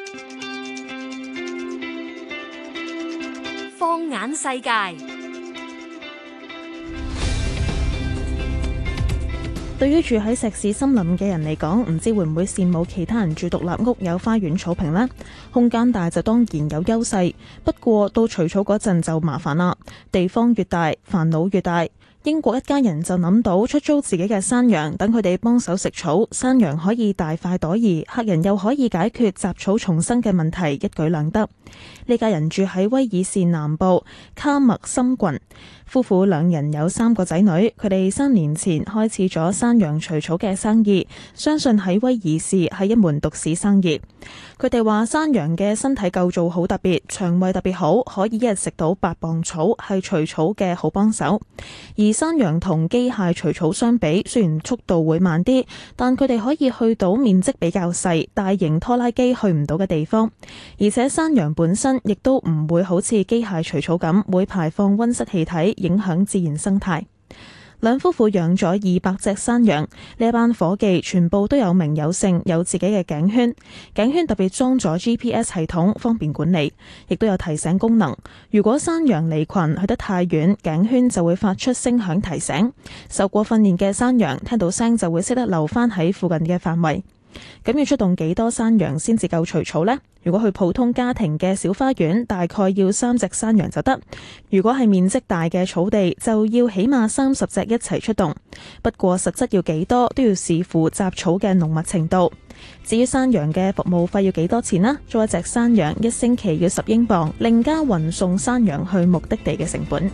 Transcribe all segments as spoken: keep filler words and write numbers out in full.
放眼世界。 對於住喺石屎森林嘅人嚟講，唔知會唔會羨慕其他人住獨立屋有花園草坪呢？空間大就當然有優勢，不過到除草嗰陣就麻煩啦。地方越大，煩惱越大。英國一家人就諗到出租自己嘅山羊，等佢哋幫手食草，山羊可以大快朵頤，客人又可以解決雜草叢生嘅問題，一舉兩得。呢家人住喺威爾士南部卡默森郡，夫婦兩人有三個仔女，佢哋三年前開始咗山羊除草嘅生意，相信喺威爾士係一門獨市生意。佢哋話山羊嘅身體構造好特別，腸胃特別好，可以一日食到八磅草，係除草嘅好幫手。而山羊同機械除草相比，雖然速度會慢啲，但佢哋可以去到面積比較細、大型拖拉機去唔到嘅地方。而且山羊本身亦都唔會好似機械除草咁，會排放溫室氣體，影響自然生態。兩夫婦養咗二百隻山羊，呢一班伙計全部都有名有姓，有自己嘅頸圈，頸圈特別裝咗 G P S 系統，方便管理，亦都有提醒功能。如果山羊離群去得太遠，頸圈就會發出聲響提醒。受過訓練嘅山羊聽到聲就會識得留返喺附近嘅範圍。咁要出動幾多山羊先至夠除草呢？如果去普通家庭嘅小花園，大概要三隻山羊就得；如果係面積大嘅草地，就要起碼三十隻一齊出動。不過實質要幾多都要視乎雜草嘅濃密程度。至於山羊嘅服務費要幾多錢呢？租一隻山羊一星期要十英鎊，另加運送山羊去目的地嘅成本。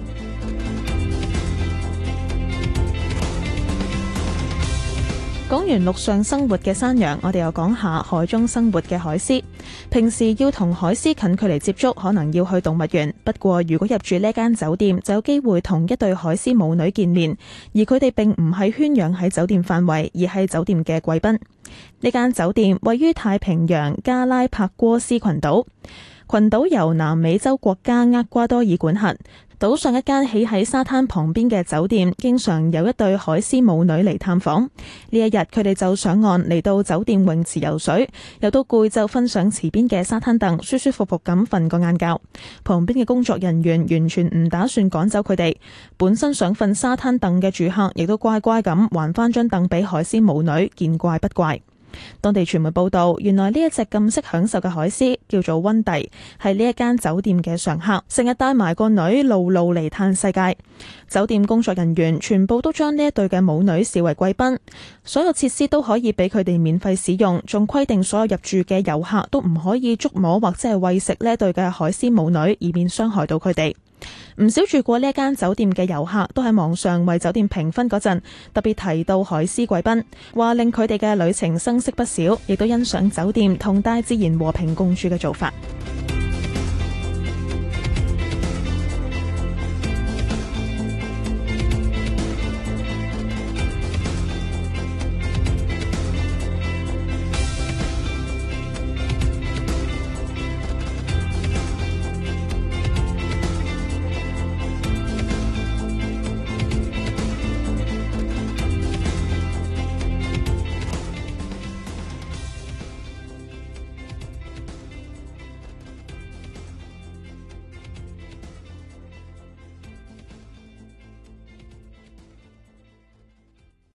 講完陸上生活嘅山羊，我哋又講下海中生活嘅海獅。平時要同海獅近距離接觸，可能要去動物園。不過如果入住呢間酒店，就有機會同一對海獅母女見面，而佢哋並唔係圈養喺酒店範圍，而係酒店嘅貴賓。呢間酒店位於太平洋加拉帕戈斯群島，群島由南美洲國家厄瓜多爾管轄。島上一間起喺沙灘旁邊嘅酒店，經常有一對海獅母女嚟探訪。呢一日，佢哋就上岸嚟到酒店泳池游水，游到攰就瞓上池邊嘅沙灘凳，舒舒服服咁瞓個晏覺。旁邊嘅工作人員完全唔打算趕走佢哋，本身想瞓沙灘凳嘅住客亦都乖乖咁還翻張凳俾海獅母女，見怪不怪。當地傳媒報道，原來呢一隻咁識享受嘅海獅叫做溫蒂，係呢一間酒店嘅常客，成日帶埋個女路路嚟嘆世界。酒店工作人員全部都將呢一對嘅母女視為貴賓，所有設施都可以俾佢哋免費使用，仲規定所有入住嘅遊客都唔可以觸摸或者係餵食呢一對嘅海獅母女，以免傷害到佢哋。唔少住過呢一間酒店嘅遊客都喺網上為酒店評分嗰陣，特別提到海獅貴賓，話令佢哋嘅旅程生色不少，亦都欣賞酒店同大自然和平共處嘅做法。